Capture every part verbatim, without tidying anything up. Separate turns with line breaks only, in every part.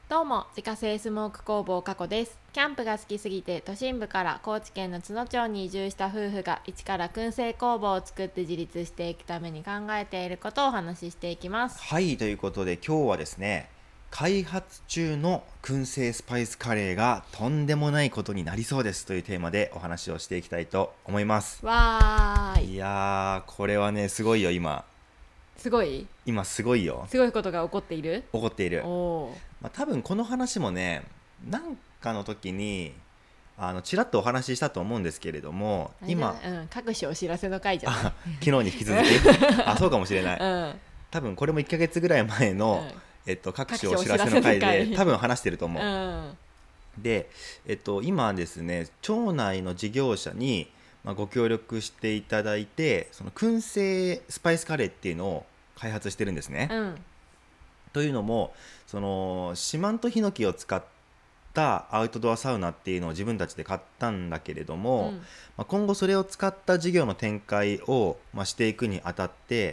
どうも、自家製スモーク工房加古です。キャンプが好きすぎて都心部から高知県の津野町に移住した夫婦が一から燻製工房を作って自立していくために考えていることをお話ししていきます。
はい、ということで今日はですね、開発中の燻製スパイスカレーがとんでもないことになりそうですというテーマでお話をしていきたいと思います。
わーい。
いやー、これはね、すごいよ。今
すごい
今すごいよ。
すごいことが起こっている。
起こっている。
おー。
まあ、多分この話もね、なんかの時にあのちらっとお話ししたと思うんですけれども、今
うん、各種お知らせの回じゃない。
あ昨日に引き続きあ、そうかもしれない。
うん。
多分これもいっかげつぐらい前の、
うん
えっと、各種お知らせの回で多分話してると思う。
うん。
で、えっと、今ですね、町内の事業者に、まあ、ご協力していただいて、その燻製スパイスカレーっていうのを開発してるんですね。
うん。
というのも、その四万十ヒノキを使ったアウトドアサウナっていうのを自分たちで買ったんだけれども、
うん
まあ、今後それを使った事業の展開を、まあ、していくにあたって、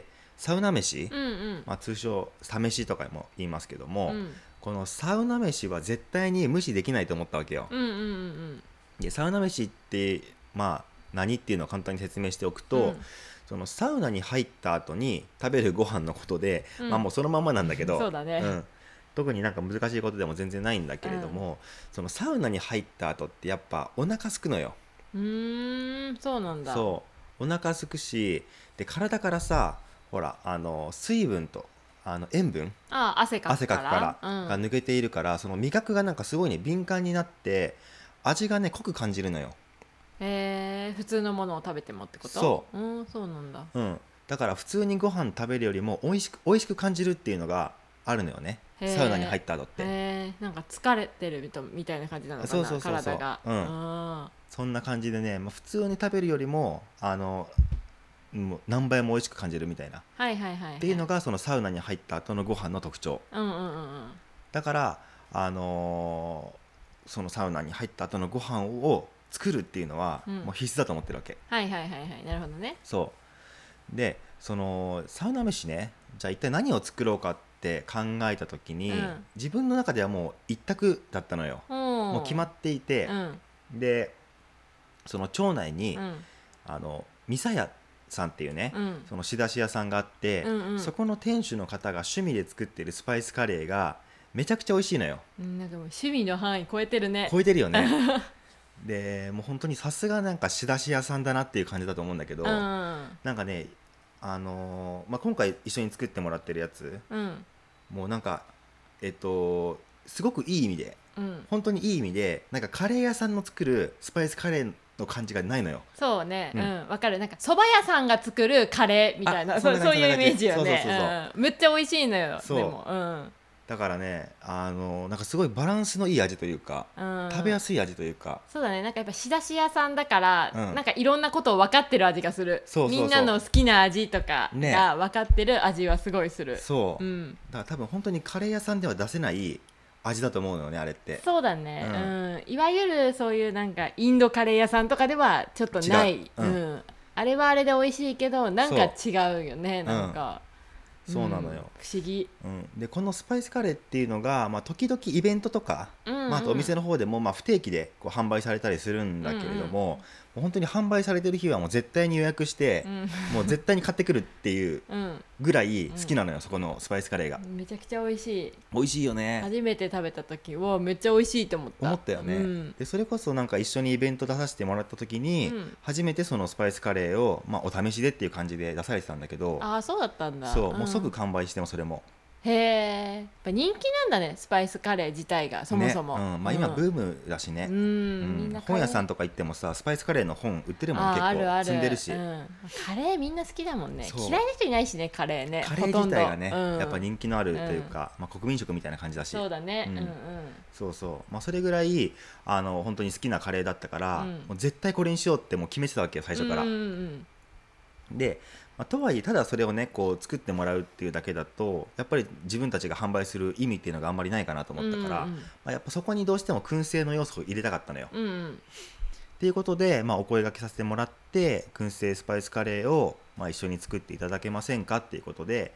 サウナ飯、
うんうん
まあ、通称サ飯とかも言いますけども、
うん
このサウナ飯は絶対に無視できないと思ったわけよ。
うんうんうん
でサウナ飯ってまあ何っていうのを簡単に説明しておくと、
うん
そのサウナに入った後に食べるご飯のことで、
うん
まあもうそのまんまなんだけど
そうだね
ん、特になんか難しいことでも全然ないんだけれども、そのサウナに入った後ってやっぱお腹すくのよ。
うーん、そうなんだ。
そうお腹すくし、で体からさ、ほらあの水分とあの塩分、
ああ、汗か
汗かく
くから
からが抜けているから、その味覚がなんかすごいね敏感になって味がね濃く感じるのよ。
うん、へえ、普通のものを食べてもってこと。
そう
うん、そうなんだ。
う、ん、だから普通にご飯食べるよりも美味しく美味しく感じるっていうのがあるのよね、
へー
サウナに入った後って。
へえ、なんか疲れてるみたみたいな感じなのかな、
そうそうそうそう
体が。
うん
あ
そんな感じでね、まあ、普通に食べるよりもあのもう何倍も美味しく感じるみたいなっ
ー、はいはいはい、はい。
ていうのがそのサウナに入った後のご飯の特徴
うんうんうんうん。
だから、あのーそのサウナに入った後のご飯を作るっていうのは
うん
もう必須だと思ってるわけ。
はいはいはいはい、なるほどね。
そうで、そのサウナ飯ね、じゃあ一体何を作ろうかって考えた時に、
うん
自分の中ではもう一択だったのよ。
うん。
もう決まっていて、
うん
でその町内に、
うん
あのミサヤさんっていうね、
うん
その仕出し屋さんがあって、
うんうん
そこの店主の方が趣味で作ってるスパイスカレーがめちゃくちゃ美味しいのよ。
うん、なんかもう趣味の範囲超えてるね。
超えてるよねでもう本当にさすがなんか仕出し屋さんだなっていう感じだと思うんだけど、
うん
なんかね、あのーまあ、今回一緒に作ってもらってるやつ、
うん
もうなんかえっとすごくいい意味で、
うん
本当にいい意味で、なんかカレー屋さんの作るスパイスカレーの感じがないのよ。
そうね、
う
うんん、わかる。なんか蕎麦屋さんが作るカレーみたいな、
あ
そうそういうイ
そんな感じ
メージよね。
そうそうそうそう
うん、めっちゃ美味しいのよ。
そう
でも、うん
だからね、あのなんかすごいバランスのいい味というか、
うん、
食べやすい味というか、
そうだね。なんかやっぱ仕出し屋さんだから、
うん
なんかいろんなことを分かってる味がする。
そうそうそう
みんなの好きな味とか
ね
が分かってる味はすごいする。
そう、
うん、
だから多分本当にカレー屋さんでは出せない味だと思うのよね、あれって。
そうだね、
う
うんんいわゆるそういうなんかインドカレー屋さんとかではちょっとない。
違ううん
あれはあれで美味しいけどなんか違うよね。なんか、
そうなのよ、
ん不思議。
うん、でこのスパイスカレーっていうのが、まあ、時々イベントとか、
うんうん
まあ、あとお店の方でもまあ不定期でこう販売されたりするんだけれども、もう本当に販売されてる日はもう絶対に予約して
う、ん
もう絶対に買ってくるっていう
うん
ぐらい好きなのよ、そこのスパイスカレーが。
めちゃくちゃ美味しい。
美味しいよね。
初めて食べた時はめっちゃ美味しいと思った。
思ったよね、
うん
でそれこそなんか一緒にイベント出させてもらった時に、
うん
初めてそのスパイスカレーを、まあ、お試しでっていう感じで出されてたんだけど、
ああ、そうだったんだ。
そう、もう即
ん
完売してもそれも
へえ、やっぱ人気なんだね、スパイスカレー自体がそもそも。
ね、うんまあ、今ブームだしね、
うん、
うん
みんな
本屋さん
と
とか行ってもさ、スパイスカレーの本売ってるもん、結
ああるある
構積んでるし、
うん、カレーみんな好きだもんね。
そう
嫌いな人いないしね、カレーね。
カレー自体がね、
ほとんどうん
やっぱ人気のあるというか、まあ、国民食みたいな感じだし、
そうだね、
う
うんんうん
そうそう、まあ、それぐらいあの本当に好きなカレーだったから、
うん
もう絶対これにしようってもう決めてたわけよ、最初から。
うんうん
で、まあ、とはいえただそれをねこう作ってもらうっていうだけだと、やっぱり自分たちが販売する意味っていうのがあんまりないかなと思ったから、
うんうん
まあ、やっぱそこにどうしても燻製の要素を入れたかったのよ。
うんうん
っていうことで、まあ、お声掛けさせてもらって、燻製スパイスカレーを、まあ、一緒に作っていただけませんかっていうことで、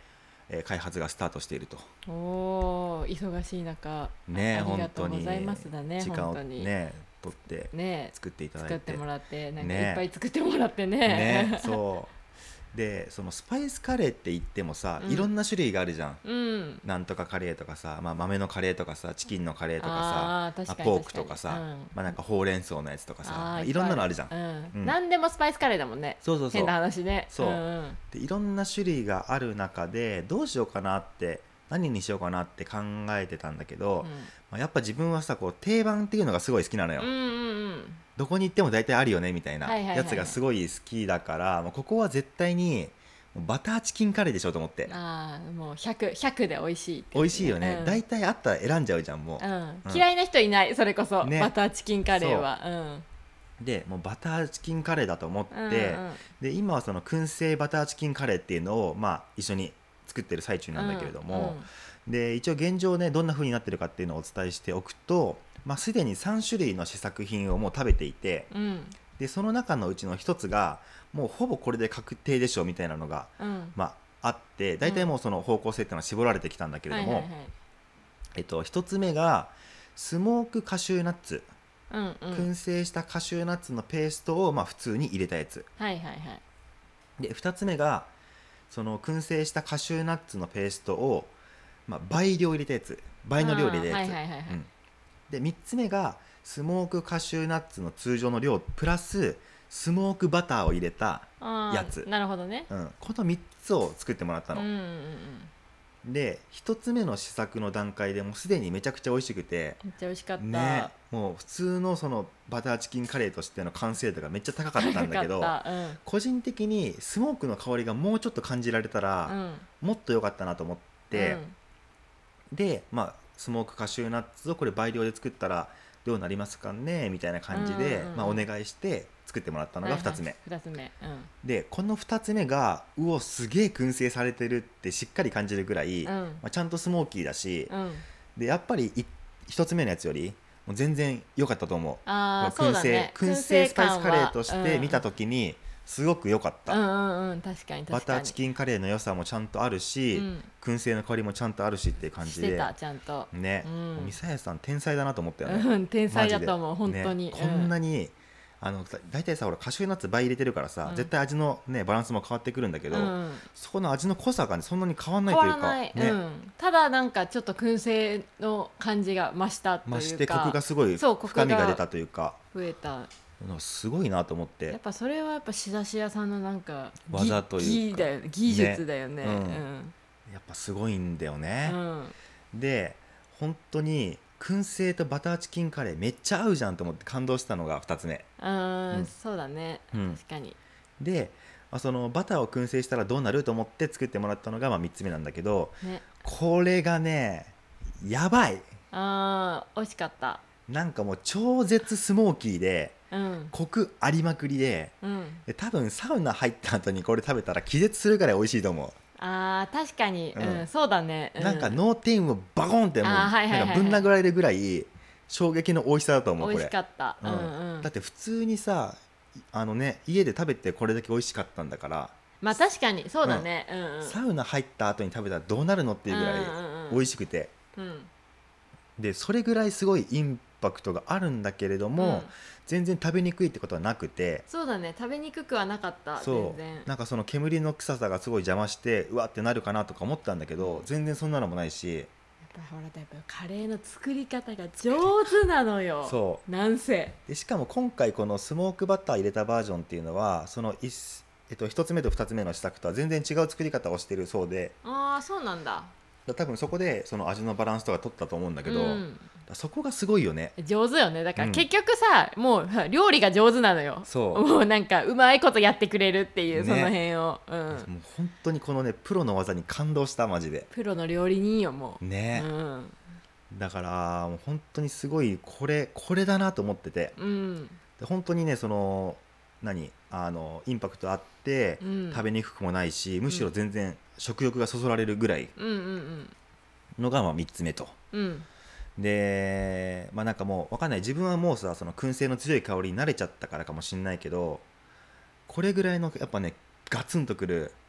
えー開発がスタートしていると。
おー忙しい中
ね、
ありがとう
本当に
ございますだね
時間を
本当に
ね取って
ね
作っていただいて
作ってもらってなんか
ね
いっぱい作ってもらってね
ねそうでそのスパイスカレーって言ってもさ、
うん
いろんな種類があるじゃん。
うん
なんとかカレーとかさ、まあ、豆のカレーとかさチキンのカレーとか
あー
さ、
確かに
まあポークとかさ、
確かにうん
まあ、なんかほうれん草のやつとかさ、まあ、
あー
いろんなのあるじゃん。
うん
うん
何でもスパイスカレーだもんね
そうそうそう
変な話ね
そうん
ん
でいろんな種類がある中でどうしようかなって何にしようかなって考えてたんだけど、まあ、やっぱ自分はさこう定番っていうのがすごい好きなのよ、
うんうんうん
どこに行っても大体あるよねみたいな
はいはいはいはい
やつがすごい好きだから、もうここは絶対にもうバターチキンカレーでしょうと思って。
ああもうひゃく、ひゃくで美味しいってやつね
美味しいよね、
うん
大体あったら選んじゃうじゃんも
うん
うん
嫌いな人いないそれこそ、
ね
バターチキンカレーは
うでもうバターチキンカレーだと思って、
うんうんうん
で今はその燻製バターチキンカレーっていうのを、まあ、一緒に作ってる最中なんだけれども、で一応現状ねどんな風になってるかっていうのをお伝えしておくと、まあ、すでにさん種類の試作品をもう食べていて、
うんうん
でその中のうちのひとつがもうほぼこれで確定でしょみたいなのが、
うん
まあ、あって大体もうその方向性っていうのは絞られてきたんだけれども、
はいはいはい
えっと、ひとつめがスモークカシューナッツ、
うんうん
燻製したカシューナッツのペーストをまあ普通に入れたやつ
はいはいはい
で、ふたつめがその燻製したカシューナッツのペーストを、まあ、倍量入れたやつ倍の量入れたやつ、
あーはいはいはいはい
うんでみっつめがスモークカシューナッツの通常の量プラススモークバターを入れた、
あー
やつ
なるほどね
うん、このみっつを作ってもらったの、
うんうんうん
でひとつめの試作の段階でもうすでにめちゃくちゃ美味しくて
めっちゃ美味しかった
ね、もう普通のそのバターチキンカレーとしての完成度がめっちゃ高かったんだけど
高かったうん
個人的にスモークの香りがもうちょっと感じられたら、
うん
もっと良かったなと思って、で、まあ、スモークカシューナッツをこれ倍量で作ったらどうなりますかねみたいな感じで、
うんうんうん
まあ、お願いして作ってもらったのがふたつめ、
ふたつめうん
でこのふたつめがうおすげえ燻製されてるってしっかり感じるぐらい、
うん
まあ、ちゃんとスモーキーだし、
うん
でやっぱりいひとつめのやつよりもう全然良かったと思う。
ああ
この燻製
そうだね
燻製スパイスカレーとし
燻製感は
て見た時にすごく良かった、
うんうんうんうん確かに確かに
バターチキンカレーの良さもちゃんとあるし、
うん
燻製の香りもちゃんとあるしっていう感じで
してたちゃんと
ね、
うん
もうミサヤさん天才だなと思ったよね、
うん天才だと思う
マ
本当に
ジでねこんなにあのだ大体さほらカシューナッツ倍入れてるからさ、
うん
絶対味の、ね、バランスも変わってくるんだけど、
うん
そこの味の濃さが、ね、そんなに変わらない
変
というか
わらない、
ね
うん、ただなんかちょっと燻製の感じが増したというか
増してコクがすごい
そうコクが
深みが出たというか
増えた
なんかすごいなと思っ
やってぱそれはやっぱ仕出し屋さんのなんかぎ
技というか
技だよ技術だよね
ね
うん
やっぱすごいんだよ
う
ね、
ん
で本当に燻製とバターチキンカレーめっちゃ合うじゃんと思って感動したのがふたつめ、
うん
うん
そうだね
うん
確かに
で、まあ、そのバターを燻製したらどうなると思って作ってもらったのがまあみっつめなんだけど、
ね
これがねやばい
あー美味しかった
なんかもう超絶スモーキーで
うん
コクありまくりで
うん
で多分サウナ入った後にこれ食べたら気絶するぐらい美味しいと思
あー確かに
う
うんんそうだね
う、
う
なんか脳天をバコンってもう
あーはいはいはいはい
なんかぶん殴られるぐらい衝撃の美味しさだと思うこれ
美味しかった
う
うんんうん
だって普通にさあのね家で食べてこれだけ美味しかったんだから、
まあ確かにそうだねうんうん
サウナ入った後に食べたらどうなるのっていうぐらい
うんうんうん
美味しくて、
うん
でそれぐらいすごいインパクトがあるんだけれども、
うん
全然食べにくいってことはなくて、
そうだね食べにくくはなかった
そう
全然
なんかその煙の臭さがすごい邪魔してうわってなるかなとか思ったんだけど全然そんなのもないし、
やっぱほらやっぱカレーの作り方が上手なのよ
そう
なんせ
でしかも今回このスモークバター入れたバージョンっていうのはそのいっえっと、ひとつめとふたつめの試作とは全然違う作り方をしてるそうで、
ああそうなんだ
多分そこでその味のバランスとか取ったと思うんだけど、
うん
そこがすごいよね。
上手よねだから
うん
結局さ、もう料理が上手なのよ
そう
もうなんかうまいことやってくれるっていう、
ね
その辺を、うん、
もう本当にこのねプロの技に感動したマジで
プロの料理人よもう、
ね、
うん
だからもう本当にすごいこれこれだなと思ってて、
うん
で本当にねその何あのインパクトあって、
うん
食べにくくもないしむしろ全然食欲がそそられるぐらい
うんうん
のがまあみっつめと。
うんうん
でまあなんかもう分かんない自分はもうさその燻製の強い香りに慣れちゃったからかもしんないけどこれぐらいのやっぱねガツンとくる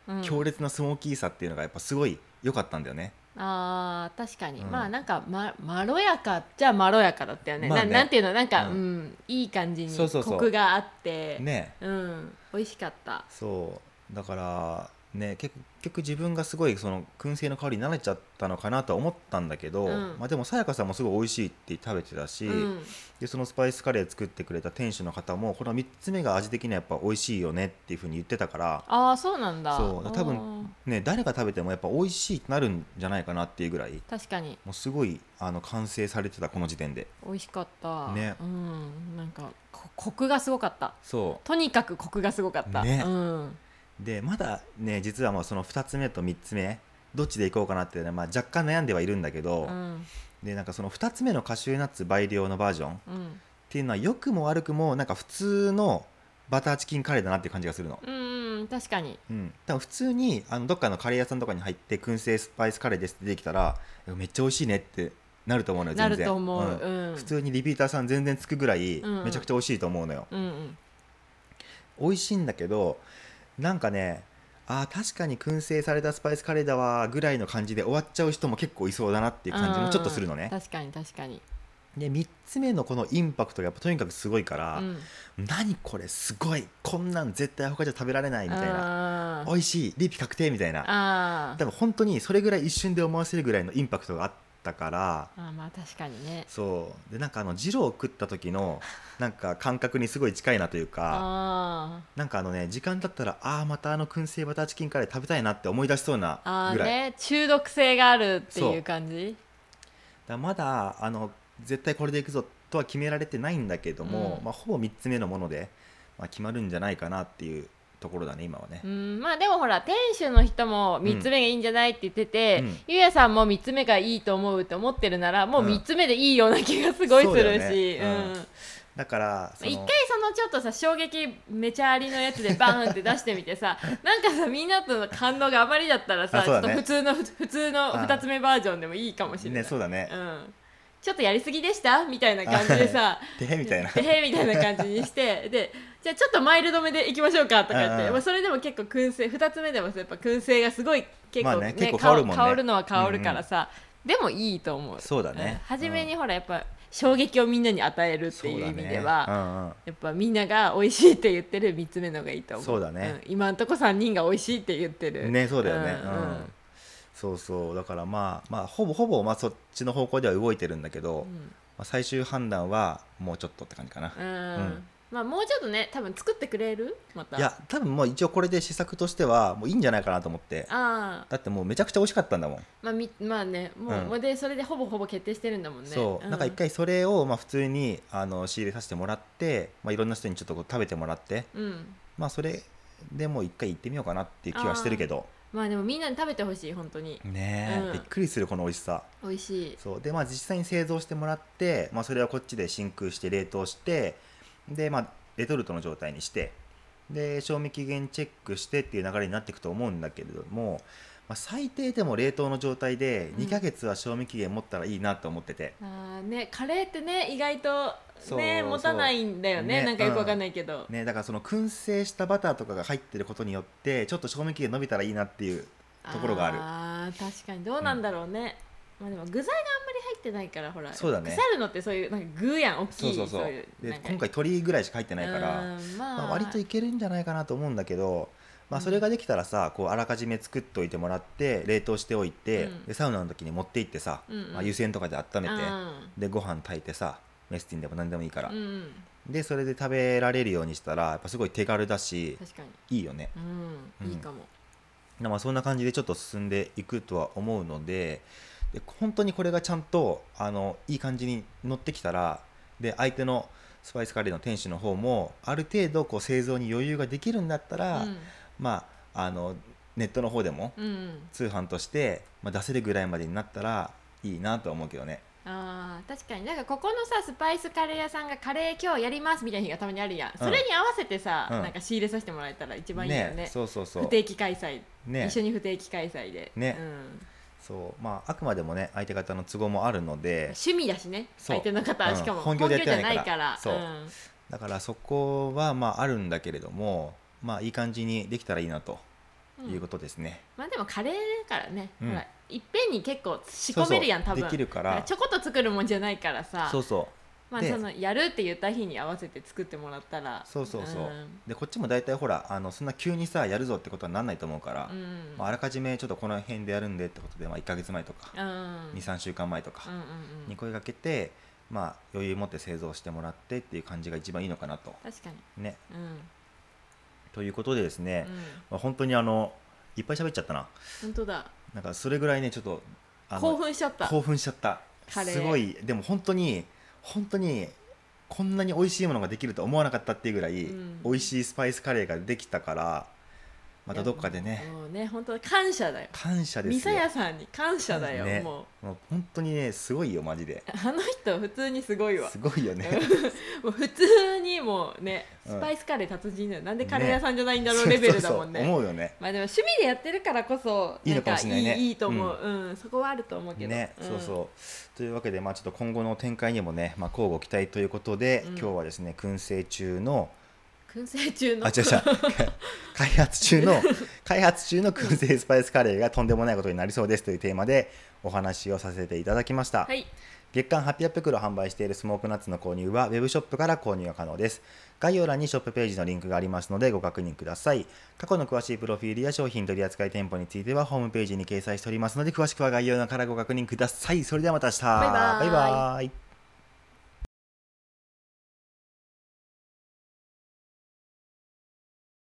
うん
強烈なスモーキーさっていうのがやっぱすごい良かったんだよね。
あー確かに、
うん
まあなんか、ま、まろやかじゃあまろやかだったよね、
まあね
ななんていうのなんか、う
うん
んいい感じに
そうそうそう
コクがあって
ね
うん美味しかった。
そうだからね結局自分がすごいその燻製の香りに慣れちゃったのかなとは思ったんだけど、
うん
まあ、でもさやかさんもすごい美味しいって食べてたし、
うん
でそのスパイスカレー作ってくれた店主の方もこのみっつめが味的にはやっぱ美味しいよねっていうふうに言ってたから、
ああそうなんだ。
そう多分
あ
ね誰が食べてもやっぱ美味しいってなるんじゃないかなっていうぐらい
ー確かに
もうすごいあの完成されてたこの時点で。
美味しかった
ね
うんなんかこコクがすごかった。
そ
とにかくコクがすごかった。
ね
うん
うでまだね実はもうそのふたつめとみっつめどっちでいこうかなっていうのは、まあ、若干悩んではいるんだけど、
うん
でなんかそのふたつめのカシューナッツ倍量のバージョンっ
うん
ていうのは良くも悪くもなんか普通のバターチキンカレーだなっていう感じがするの、
うんうん確かに
うん、多分普通にあのどっかのカレー屋さんとかに入って燻製スパイスカレーですって出てきたらめっちゃ美味しいねってなると思うのよ
な
全然
ると思う、
ん
うん
普通にリピーターさん全然つくぐらい
うんうん
めちゃくちゃ美味しいと思うのよ、
うんうん
美味しいんだけどなんかねあー確かに燻製されたスパイスカレーだわぐらいの感じで終わっちゃう人も結構いそうだなっていう感じもちょっとするのね。
うん確かに確かに
でみっつめのこのインパクトがやっぱとにかくすごいか
う
ら、
ん
何これすごいこんなん絶対他じゃ食べられないみたいな
あー
美味しいリピ確定みたいな
あー
多分本当にそれぐらい一瞬で思わせるぐらいのインパクトがあったから
あーまあ確かにね。
そうでなんかあの二郎を食った時のなんか感覚にすごい近いなというか
あ
なんかあのね時間経ったらああまたあの燻製バターチキンカレー食べたいなって思い出しそうな
あー
ぐらい、
ね中毒性があるって
そ
いうう感じ。
だからまだあの絶対これでいくぞとは決められてないんだけども、
うん
まあ、ほぼみっつめのもので、まあ、決まるんじゃないかなっていうところだね今はね
う。んまあでもほら店主の人もみっつめがいいんじゃないって言ってて、
うん
ゆうやさんもみっつめがいいと思うって思ってるならもう
うん
みっつめでいいような気がすごいするし、
そうだよね
うん
うんだからその
一回そのちょっとさ衝撃めちゃありのやつでバーンって出してみてさなんかさみんなとの感動があまりだったらさ、ちょっ
あそうだね
と普通のふ普通の
あ
ふたつめバージョンでもいいかもしれない。
ねそうだね
うん、ちょっとやりすぎでしたみたいな感じでさ
てへみたいな
でへみたいな感じにしてでじゃあちょっとマイルドめでいきましょうかとか言って、
うんうん
まあ、それでも結構燻製ふたつめでもさやっぱ燻製がすごい結構,、
まあね結構香るもんね
香るのは香るからさ、でもいいと思う。
そうだね
ん初めにほらやっぱ衝撃をみんなに与えるっていう意味では、
そうだねうんうん
やっぱみんなが美味しいって言ってるみっつめのがいいと思う。
そうだね
ん今んとこさんにんが美味しいって言ってる。
ねそうだよね、
うん
うんそうそうだからまあまあほぼほぼまあそっちの方向では動いてるんだけど、まあ、最終判断はもうちょっとって感じかな、
うんうん
うん
まあもうちょっとね多分作ってくれるまた。
いや多分もう一応これで試作としてはもういいんじゃないかなと思って
ああ
だってもうめちゃくちゃ美味しかったんだもん、
まあみまあねもう、
うん
もうでそれでほぼほぼ決定してるんだもんね。
そうなんか一回それをまあ普通にあの仕入れさせてもらって、まあ、いろんな人にちょっとこう食べてもらって
うん
まあそれでもう一回行ってみようかなっていう気はしてるけど
まあでもみんなに食べてほしい本当に
ねえ、
うん
びっくりするこの美味しさ
美味しい。
そうでまあ実際に製造してもらって、まあ、それはこっちで真空して冷凍してでまあレトルトの状態にしてで賞味期限チェックしてっていう流れになっていくと思うんだけれども、まあ、最低でも冷凍の状態でにかげつは賞味期限持ったらいいなと思ってて、
あーねカレーってね意外と
そう
ね持たないんだよね
ね
なんかよくわかんないけど、
ね、だからその燻製したバターとかが入ってることによってちょっと賞味期限伸びたらいいなっていうところがある
あー確かにどうなんだろうね、まあでも具材があんまり入ってないからほら
そうだね
腐るのってそういうなんか具やん大きい
そうそうそう
いう
で
なんか
今回鶏ぐらいしか入ってないから、
うんまあ
まあ、割といけるんじゃないかなと思うんだけど、まあ、それができたらさこうあらかじめ作っておいてもらって冷凍しておいて、
うん
でサウナの時に持って行ってさ、
うんうん
まあ、湯煎とかで温めて、
うん
でご飯炊いてさメスティンでも何でもいいから、
うんうん
でそれで食べられるようにしたらやっぱすごい手軽だし
確かに
いいよね、
うん、
うん
いいかも。
まあ、そんな感じでちょっと進んでいくとは思うので、で本当にこれがちゃんとあのいい感じに乗ってきたらで相手のスパイスカレーの店主の方もある程度こう製造に余裕ができるんだったら、
うん
まああのネットの方でも
うん、
通販として、まあ、出せるぐらいまでになったらいいなとは思うけどね。
あー確かになんかここのさスパイスカレー屋さんがカレー今日やりますみたいな日がたまにあるやん、それに合わせてさ、
うん
なんか仕入れさせてもらえたら一番いいよね。
そうそうそう
不定期開催、
ね
一緒に不定期開催で、
ね
うん、
そうまああくまでもね相手方の都合もあるので
趣味だしね
そう
相手の方は、
うん
しかも
本業でやってないから
本業じゃないから
そうんだからそこはまああるんだけれどもまあいい感じにできたらいいなということですね、
まあでもカレーだからね、
うん
ほらいっぺんに結構仕込めるやん。
そうそう
多分
できるから
ちょこっと作るもんじゃないからさ。
そうそうで
まあそのやるって言った日に合わせて作ってもらったら。
そうそうそう、
ん
でこっちも大体ほらあのそんな急にさやるぞってことはなんないと思うから、
うん
まあ、あらかじめちょっとこの辺でやるんでってことで、まあ、いっかげつまえとか、
うん
にさんしゅうかんまえとか
うんうんうん
に声かけて、まあ、余裕持って製造してもらってっていう感じが一番いいのかなと
確かに。
ね。
うん
ということでですね、
うん
まあ、本当にあのいっぱい喋っちゃったな。
本当だ。
なんかそれぐらいねちょっとあの
興奮しちゃった。
興奮しちゃった
カレー
すごい。でも本当に本当にこんなに美味しいものができると思わなかったっていうぐらい、
うん
美味しいスパイスカレーができたから、またどっかでね
いやもうね本当に感謝だよ。
感謝ですよ。
味噌屋さんに感謝だよ、
ね
も
もう本当にねすごいよマジで。
うあの人普通にすごいわ。
すごいよね
もう普通にもうね
うん
スパイスカレー達人だよ。なんでカレー屋さんじゃないんだろうレベルだもんね。
そうそう思うよね。
まあでも趣味でやってるからこそ
いいのかもしれないね
んかいいいいと思う、うんそこはあると思うけど
ね、
ん
そうそうというわけで、まあ、ちょっと今後の展開にもね、まあ、交互期待ということで、
うん
今日はですね燻製中の
燻製中の
あ違う違う開発中の開発中の燻製スパイスカレーがとんでもないことになりそうですというテーマでお話をさせていただきました、
はい
月間はっぴゃく袋販売しているスモークナッツの購入はウェブショップから購入が可能です。概要欄にショップページのリンクがありますのでご確認ください。過去の詳しいプロフィールや商品取扱店舗についてはホームページに掲載しておりますので詳しくは概要欄からご確認ください。それではまた明日。
バイバーイ
バイバーイ。